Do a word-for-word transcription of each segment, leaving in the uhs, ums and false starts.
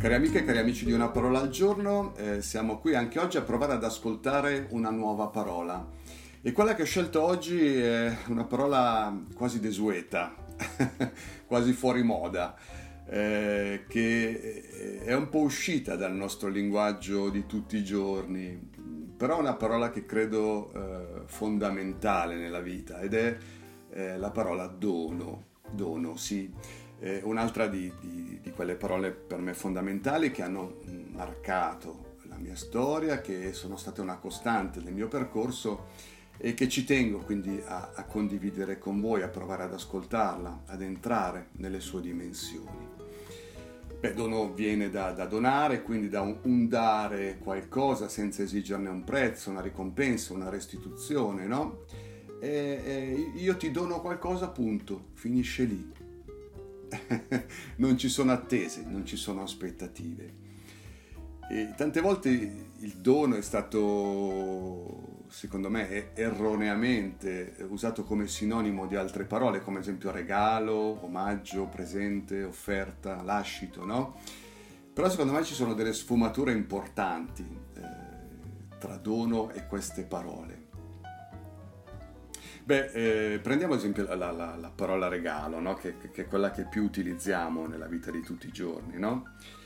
Cari amiche e cari amici di Una Parola al Giorno, eh, siamo qui anche oggi a provare ad ascoltare una nuova parola. E quella che ho scelto oggi è una parola quasi desueta, quasi fuori moda, eh, che è un po' uscita dal nostro linguaggio di tutti i giorni, però è una parola che credo eh, fondamentale nella vita ed è eh, la parola dono. Dono, sì. Eh, un'altra di, di, di quelle parole per me fondamentali che hanno marcato la mia storia, che sono state una costante del mio percorso e che ci tengo quindi a, a condividere con voi, a provare ad ascoltarla, ad entrare nelle sue dimensioni. Beh, dono viene da, da donare, quindi da un, un dare qualcosa senza esigerne un prezzo, una ricompensa, una restituzione, no? E, e io ti dono qualcosa, punto, finisce lì. Non ci sono attese, non ci sono aspettative. E tante volte il dono è stato, secondo me, erroneamente usato come sinonimo di altre parole, come ad esempio regalo, omaggio, presente, offerta, lascito, no? Però secondo me ci sono delle sfumature importanti eh, tra dono e queste parole. Beh, eh, prendiamo ad esempio la, la, la parola regalo, no? che, che è quella che più utilizziamo nella vita di tutti i giorni, no?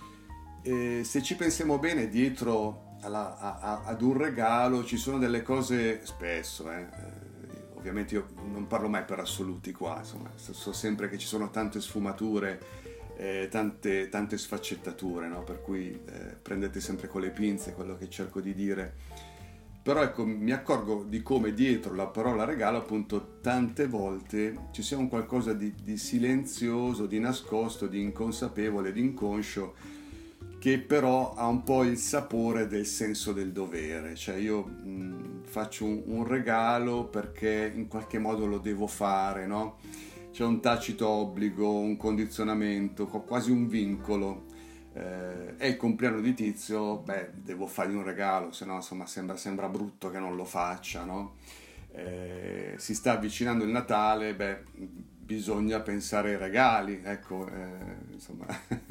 E se ci pensiamo bene, dietro alla, a, a, ad un regalo ci sono delle cose spesso, eh? Eh, ovviamente io non parlo mai per assoluti qua, insomma, so sempre che ci sono tante sfumature, eh, tante, tante sfaccettature, no? Per cui eh, prendete sempre con le pinze quello che cerco di dire. Però ecco, mi accorgo di come dietro la parola regalo appunto tante volte ci sia un qualcosa di, di silenzioso, di nascosto, di inconsapevole, di inconscio, che però ha un po' il sapore del senso del dovere. Cioè io mh, faccio un, un regalo perché in qualche modo lo devo fare, no? C'è un tacito obbligo, un condizionamento, quasi un vincolo. Eh, è il compleanno di Tizio, beh, devo fargli un regalo, se no insomma sembra, sembra brutto che non lo faccia, no? Eh, si sta avvicinando il Natale, beh, bisogna pensare ai regali, ecco, eh, insomma.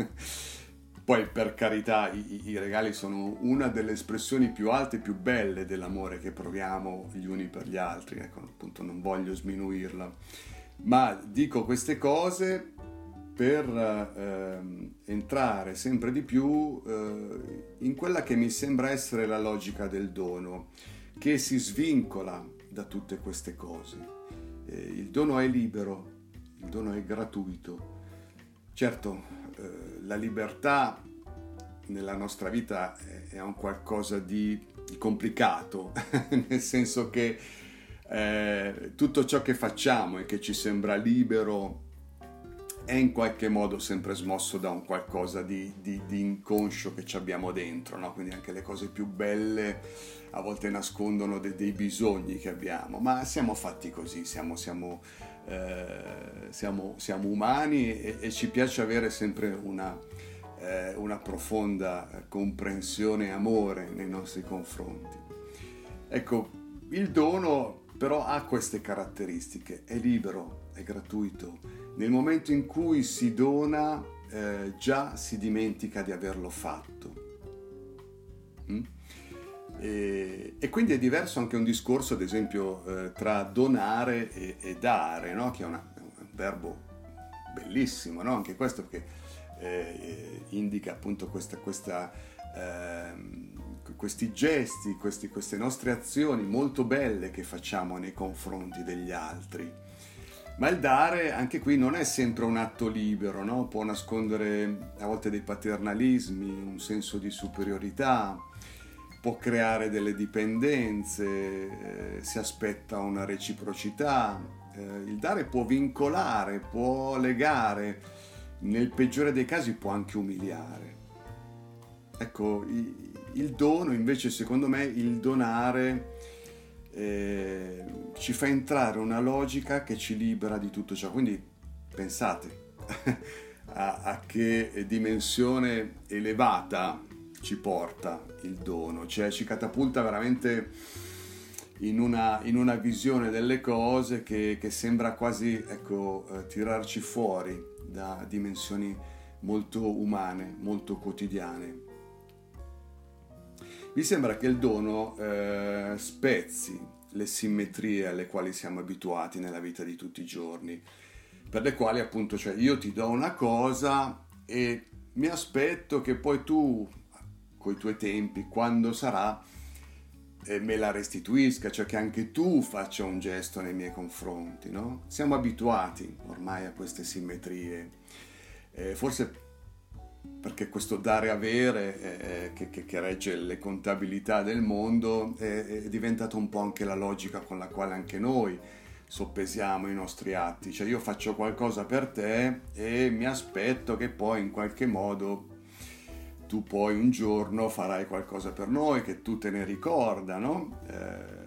Poi per carità i, i regali sono una delle espressioni più alte e più belle dell'amore che proviamo gli uni per gli altri, ecco, appunto non voglio sminuirla, ma dico queste cose per eh, entrare sempre di più eh, in quella che mi sembra essere la logica del dono, che si svincola da tutte queste cose. Eh, il dono è libero, il dono è gratuito. Certo, eh, la libertà nella nostra vita è, è un qualcosa di, di complicato, nel senso che eh, tutto ciò che facciamo e che ci sembra libero è in qualche modo sempre smosso da un qualcosa di, di, di inconscio che ci abbiamo dentro, no? Quindi anche le cose più belle a volte nascondono de, dei bisogni che abbiamo, ma siamo fatti così, siamo, siamo, eh, siamo, siamo umani e, e ci piace avere sempre una, eh, una profonda comprensione e amore nei nostri confronti. Ecco, il dono però ha queste caratteristiche, è libero, è gratuito. Nel momento in cui si dona, eh, già si dimentica di averlo fatto. Mm? E, e quindi è diverso anche un discorso, ad esempio, eh, tra donare e, e dare, no? Che è una, un verbo bellissimo, no? Anche questo perché eh, indica appunto questa, questa, eh, questi gesti, questi, queste nostre azioni molto belle che facciamo nei confronti degli altri. Ma il dare, anche qui, non è sempre un atto libero, no? Può nascondere a volte dei paternalismi, un senso di superiorità, può creare delle dipendenze, eh, si aspetta una reciprocità. Eh, il dare può vincolare, può legare, nel peggiore dei casi può anche umiliare. Ecco, il, il dono invece, secondo me, il donare Eh, ci fa entrare una logica che ci libera di tutto ciò. Quindi pensate a, a che dimensione elevata ci porta il dono, cioè ci catapulta veramente in una, in una visione delle cose che, che sembra quasi, ecco, eh, tirarci fuori da dimensioni molto umane, molto quotidiane. Mi sembra che il dono eh, spezzi le simmetrie alle quali siamo abituati nella vita di tutti i giorni, per le quali appunto, cioè, io ti do una cosa e mi aspetto che poi tu, coi tuoi tempi, quando sarà, eh, me la restituisca, cioè che anche tu faccia un gesto nei miei confronti, no? Siamo abituati ormai a queste simmetrie, eh, forse perché questo dare avere eh, che, che, che regge le contabilità del mondo è, è diventato un po' anche la logica con la quale anche noi soppesiamo i nostri atti, cioè io faccio qualcosa per te e mi aspetto che poi in qualche modo tu poi un giorno farai qualcosa per noi, che tu te ne ricorda, no? Eh,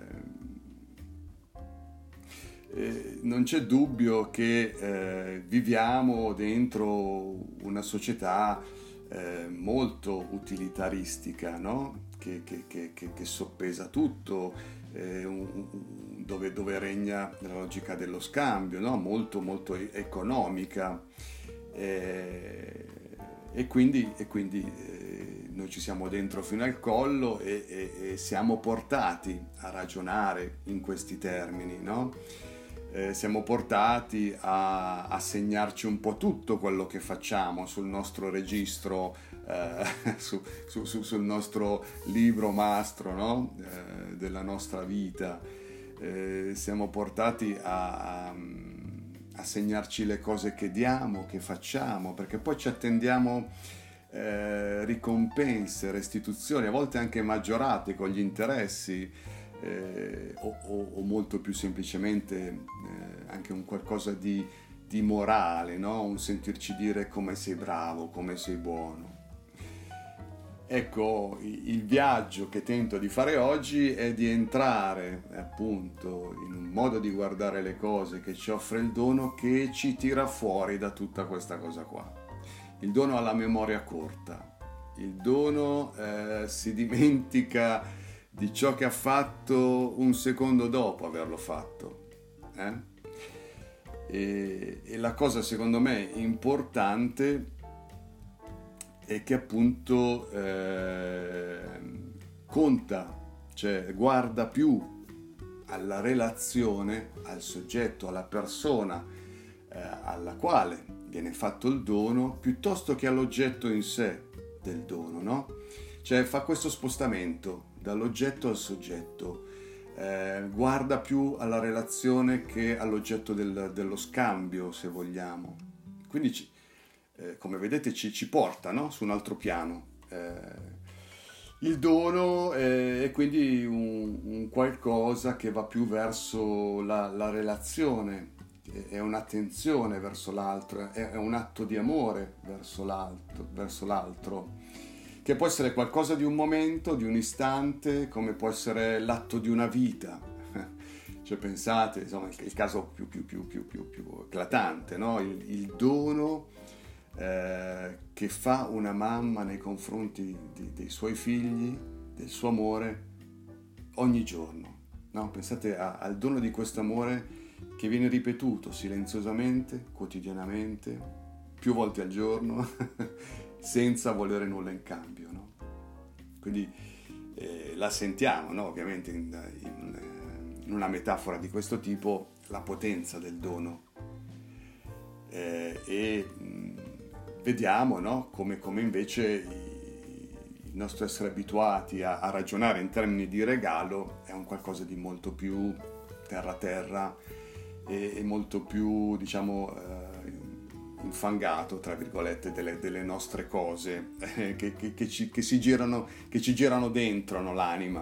eh, non c'è dubbio che eh, viviamo dentro una società eh, molto utilitaristica, no? Che, che, che, che, che soppesa tutto, eh, un, un, dove, dove regna la logica dello scambio, no? Molto molto economica. Eh, e quindi, e quindi eh, noi ci siamo dentro fino al collo e, e, e siamo portati a ragionare in questi termini, no? Eh, siamo portati a, a segnarci un po' tutto quello che facciamo sul nostro registro, eh, su, su, su, sul nostro libro mastro, no? eh, della nostra vita. Eh, siamo portati a, a a segnarci le cose che diamo, che facciamo, perché poi ci attendiamo eh, ricompense, restituzioni, a volte anche maggiorate con gli interessi, eh, o, o, o molto più semplicemente eh, anche un qualcosa di, di morale, no? Un sentirci dire come sei bravo, come sei buono. Ecco, il viaggio che tento di fare oggi è di entrare appunto in un modo di guardare le cose che ci offre il dono, che ci tira fuori da tutta questa cosa qua. Il dono ha la memoria corta, il dono eh, si dimentica di ciò che ha fatto un secondo dopo averlo fatto. Eh? E, e la cosa secondo me importante e che appunto eh, conta, cioè guarda più alla relazione, al soggetto, alla persona eh, alla quale viene fatto il dono, piuttosto che all'oggetto in sé del dono, no? Cioè fa questo spostamento dall'oggetto al soggetto, eh, guarda più alla relazione che all'oggetto del, dello scambio, se vogliamo. Quindi ci, Eh, come vedete ci, ci porta, no? Su un altro piano. Eh, il dono è, è quindi un, un qualcosa che va più verso la, la relazione, è un'attenzione verso l'altro, è, è un atto di amore verso l'altro, verso l'altro, che può essere qualcosa di un momento, di un istante, come può essere l'atto di una vita. Cioè pensate, insomma, il, il caso più, più, più, più, più, più eclatante, no? Il, il dono Eh, che fa una mamma nei confronti di, dei suoi figli, del suo amore ogni giorno, no? Pensate a, al dono di questo amore che viene ripetuto silenziosamente, quotidianamente, più volte al giorno senza volere nulla in cambio, no? Quindi eh, la sentiamo, no? Ovviamente in, in, in una metafora di questo tipo, la potenza del dono eh, e mh, vediamo, no? come, come invece il nostro essere abituati a, a ragionare in termini di regalo è un qualcosa di molto più terra terra e, e molto più, diciamo, eh, infangato, tra virgolette, delle, delle nostre cose eh, che, che, che, ci, che, si girano, che ci girano dentro, no? L'anima.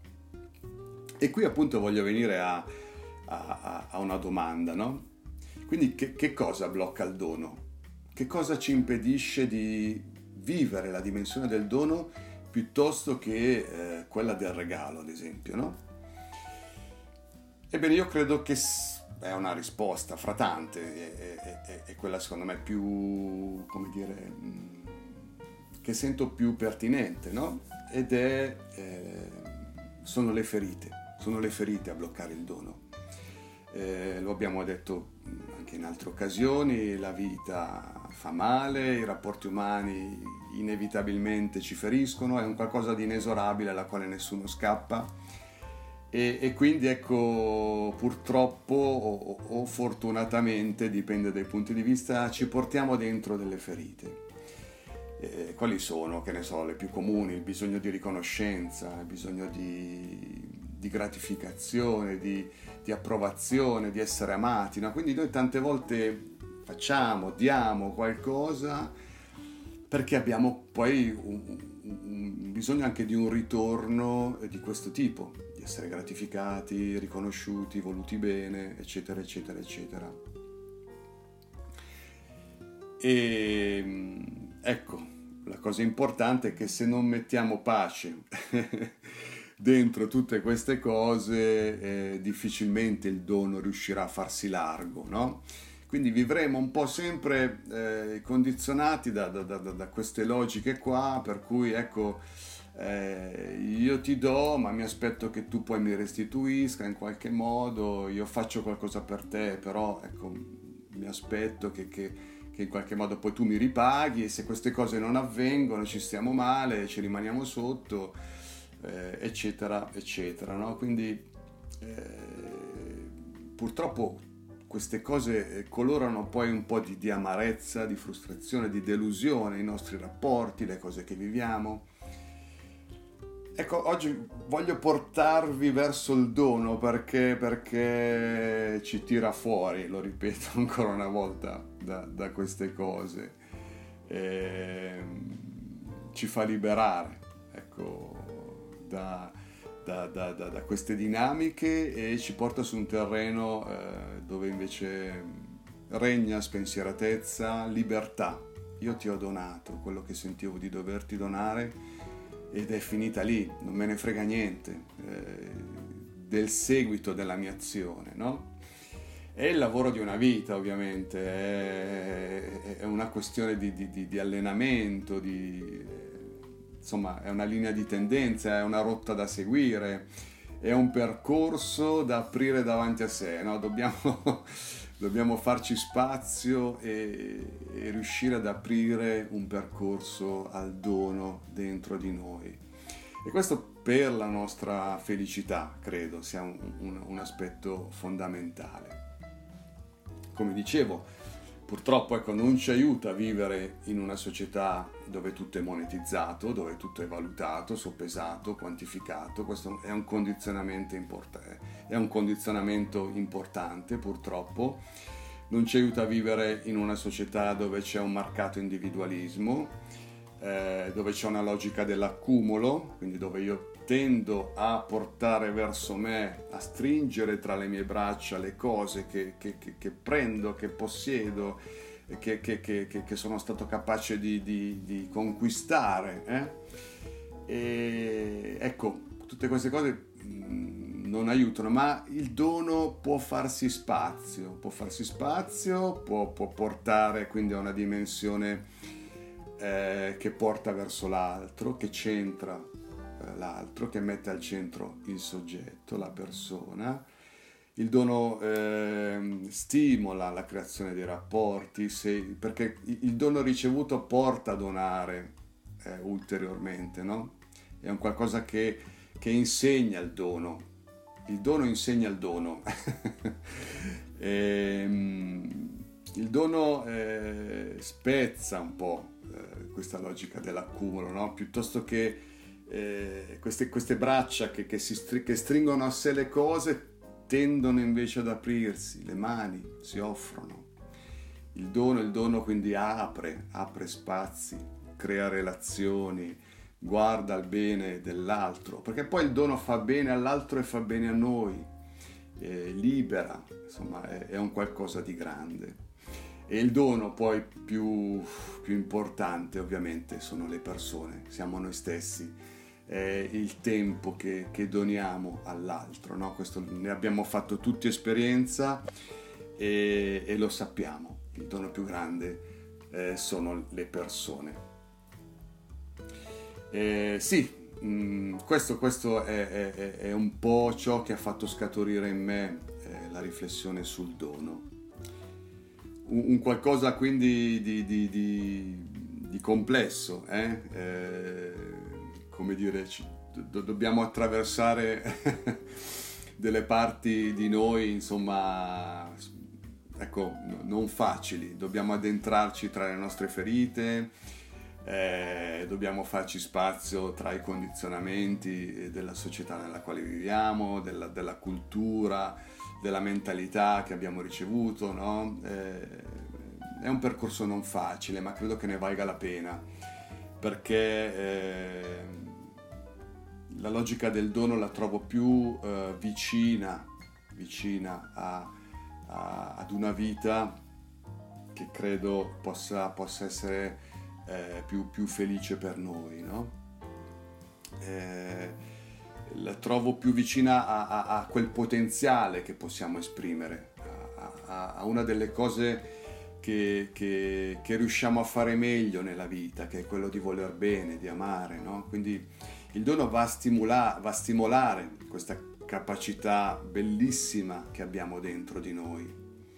E qui appunto voglio venire a, a, a una domanda, no? Quindi che, che cosa blocca il dono? Che cosa ci impedisce di vivere la dimensione del dono piuttosto che eh, quella del regalo, ad esempio, no? Ebbene, io credo che è una risposta fra tante, è, è, è, è quella secondo me più, come dire, che sento più pertinente, no? Ed è, eh, sono le ferite, sono le ferite a bloccare il dono. Eh, lo abbiamo detto anche in altre occasioni, la vita fa male, i rapporti umani inevitabilmente ci feriscono, è un qualcosa di inesorabile alla quale nessuno scappa e, e quindi ecco, purtroppo o, o fortunatamente, dipende dai punti di vista, ci portiamo dentro delle ferite. Eh, quali sono, che ne so, le più comuni? Il bisogno di riconoscenza, il bisogno di, di gratificazione, di, di approvazione, di essere amati, no? Quindi noi tante volte facciamo, diamo qualcosa perché abbiamo poi un, un, un bisogno anche di un ritorno di questo tipo, di essere gratificati, riconosciuti, voluti bene, eccetera, eccetera, eccetera. E ecco, la cosa importante è che se non mettiamo pace dentro tutte queste cose, eh, difficilmente il dono riuscirà a farsi largo, no? Quindi vivremo un po' sempre eh, condizionati da, da, da, da queste logiche qua, per cui ecco, eh, io ti do, ma mi aspetto che tu poi mi restituisca in qualche modo, io faccio qualcosa per te, però ecco, mi aspetto che... che che in qualche modo poi tu mi ripaghi e se queste cose non avvengono ci stiamo male, ci rimaniamo sotto, eh, eccetera, eccetera, no? Quindi eh, purtroppo queste cose colorano poi un po' di, di amarezza, di frustrazione, di delusione i nostri rapporti, le cose che viviamo. Ecco, oggi voglio portarvi verso il dono perché, perché ci tira fuori, lo ripeto ancora una volta, da, da queste cose, e ci fa liberare, ecco, da, da, da, da, da queste dinamiche e ci porta su un terreno eh, dove invece regna spensieratezza, libertà. Io ti ho donato quello che sentivo di doverti donare ed è finita lì, non me ne frega niente eh, del seguito della mia azione, no? È il lavoro di una vita, ovviamente, è, è una questione di, di, di allenamento, di, insomma, è una linea di tendenza, è una rotta da seguire, è un percorso da aprire davanti a sé, no? Dobbiamo, dobbiamo farci spazio e, e riuscire ad aprire un percorso al dono dentro di noi. E questo per la nostra felicità, credo, sia un, un, un aspetto fondamentale. Come dicevo, purtroppo ecco, non ci aiuta a vivere in una società dove tutto è monetizzato, dove tutto è valutato, soppesato, quantificato. Questo è un condizionamento importante, è un condizionamento importante purtroppo. Non ci aiuta a vivere in una società dove c'è un marcato individualismo, eh, dove c'è una logica dell'accumulo, quindi dove io tendo a portare verso me, a stringere tra le mie braccia le cose che, che, che, che prendo, che possiedo, che, che, che, che sono stato capace di, di, di conquistare. Eh? E ecco, tutte queste cose mh, non aiutano, ma il dono può farsi spazio, può farsi spazio, può, può portare quindi a una dimensione eh, che porta verso l'altro, che centra l'altro, che mette al centro il soggetto, la persona. Il dono eh, stimola la creazione dei rapporti, se, perché il dono ricevuto porta a donare eh, ulteriormente, no? È un qualcosa che, che insegna il dono. Il dono insegna il dono. e, il dono eh, spezza un po' eh, questa logica dell'accumulo, no? Piuttosto che Eh, queste, queste braccia che, che, si stri- che stringono a sé le cose tendono invece ad aprirsi, le mani si offrono. Il dono, il dono quindi apre, apre spazi, crea relazioni, guarda al bene dell'altro, perché poi il dono fa bene all'altro e fa bene a noi, eh, libera, insomma è, è un qualcosa di grande. E il dono poi più, più importante ovviamente sono le persone, siamo noi stessi. Eh, il tempo che, che doniamo all'altro, no? Questo ne abbiamo fatto tutti esperienza e, e lo sappiamo, il dono più grande eh, sono le persone. Eh, sì, mh, questo, questo è, è, è un po' ciò che ha fatto scaturire in me eh, la riflessione sul dono. un, un qualcosa quindi di, di, di, di complesso, eh? Eh, come dire, ci, do, dobbiamo attraversare delle parti di noi, insomma, ecco, non facili, dobbiamo addentrarci tra le nostre ferite, eh, dobbiamo farci spazio tra i condizionamenti della società nella quale viviamo, della, della cultura, della mentalità che abbiamo ricevuto, no? Eh, è un percorso non facile, ma credo che ne valga la pena, perché eh, la logica del dono la trovo più eh, vicina, vicina a, a, ad una vita che credo possa, possa essere eh, più, più felice per noi, no? Eh, la trovo più vicina a, a, a quel potenziale che possiamo esprimere, a, a, a una delle cose che, che, che riusciamo a fare meglio nella vita, che è quello di voler bene, di amare, no? Quindi il dono va a, stimola- va a stimolare questa capacità bellissima che abbiamo dentro di noi.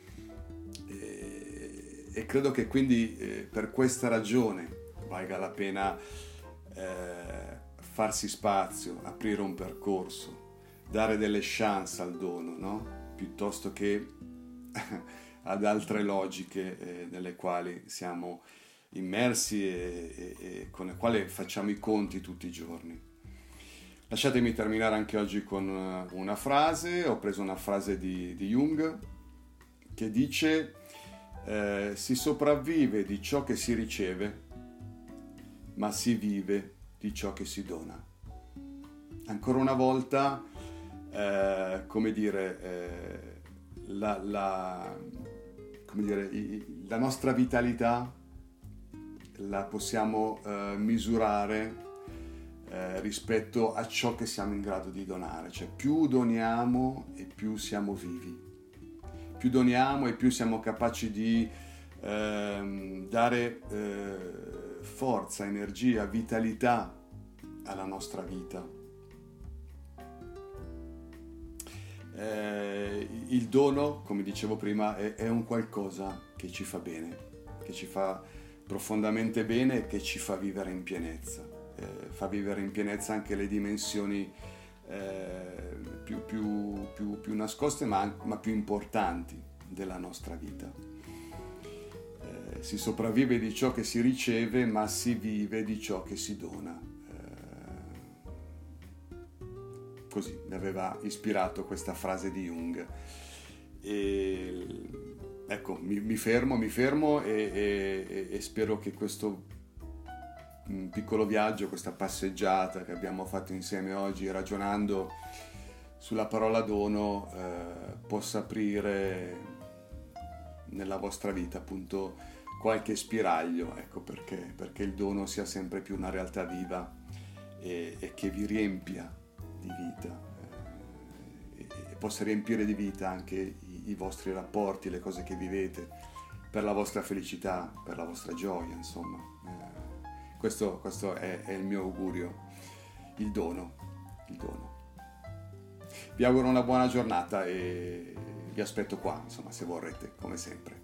E, e credo che quindi eh, per questa ragione valga la pena eh, farsi spazio, aprire un percorso, dare delle chance al dono, no? Piuttosto che ad altre logiche eh, nelle quali siamo immersi e, e, e con le quali facciamo i conti tutti i giorni. Lasciatemi terminare anche oggi con una frase. Ho preso una frase di, di Jung che dice eh, si sopravvive di ciò che si riceve, ma si vive di ciò che si dona. Ancora una volta, eh, come dire, eh, la, la, come dire, la nostra vitalità la possiamo eh, misurare eh, rispetto a ciò che siamo in grado di donare. Cioè più doniamo e più siamo vivi, più doniamo e più siamo capaci di eh, dare eh, forza, energia, vitalità alla nostra vita. Eh, il dono, come dicevo prima, è, è un qualcosa che ci fa bene, che ci fa profondamente bene e che ci fa vivere in pienezza, eh, fa vivere in pienezza anche le dimensioni eh, più, più, più, più nascoste ma, ma più importanti della nostra vita. Eh, si sopravvive di ciò che si riceve, ma si vive di ciò che si dona. Eh, così mi aveva ispirato questa frase di Jung. E, ecco, mi, mi fermo, mi fermo e, e, e spero che questo piccolo viaggio, questa passeggiata che abbiamo fatto insieme oggi ragionando sulla parola dono eh, possa aprire nella vostra vita appunto qualche spiraglio, ecco, perché, perché il dono sia sempre più una realtà viva e, e che vi riempia di vita eh, e, e possa riempire di vita anche i, i vostri rapporti, le cose che vivete, per la vostra felicità, per la vostra gioia, insomma. Eh, questo, questo è, è il mio augurio, il dono, il dono. Vi auguro una buona giornata e vi aspetto qua, insomma, se vorrete, come sempre.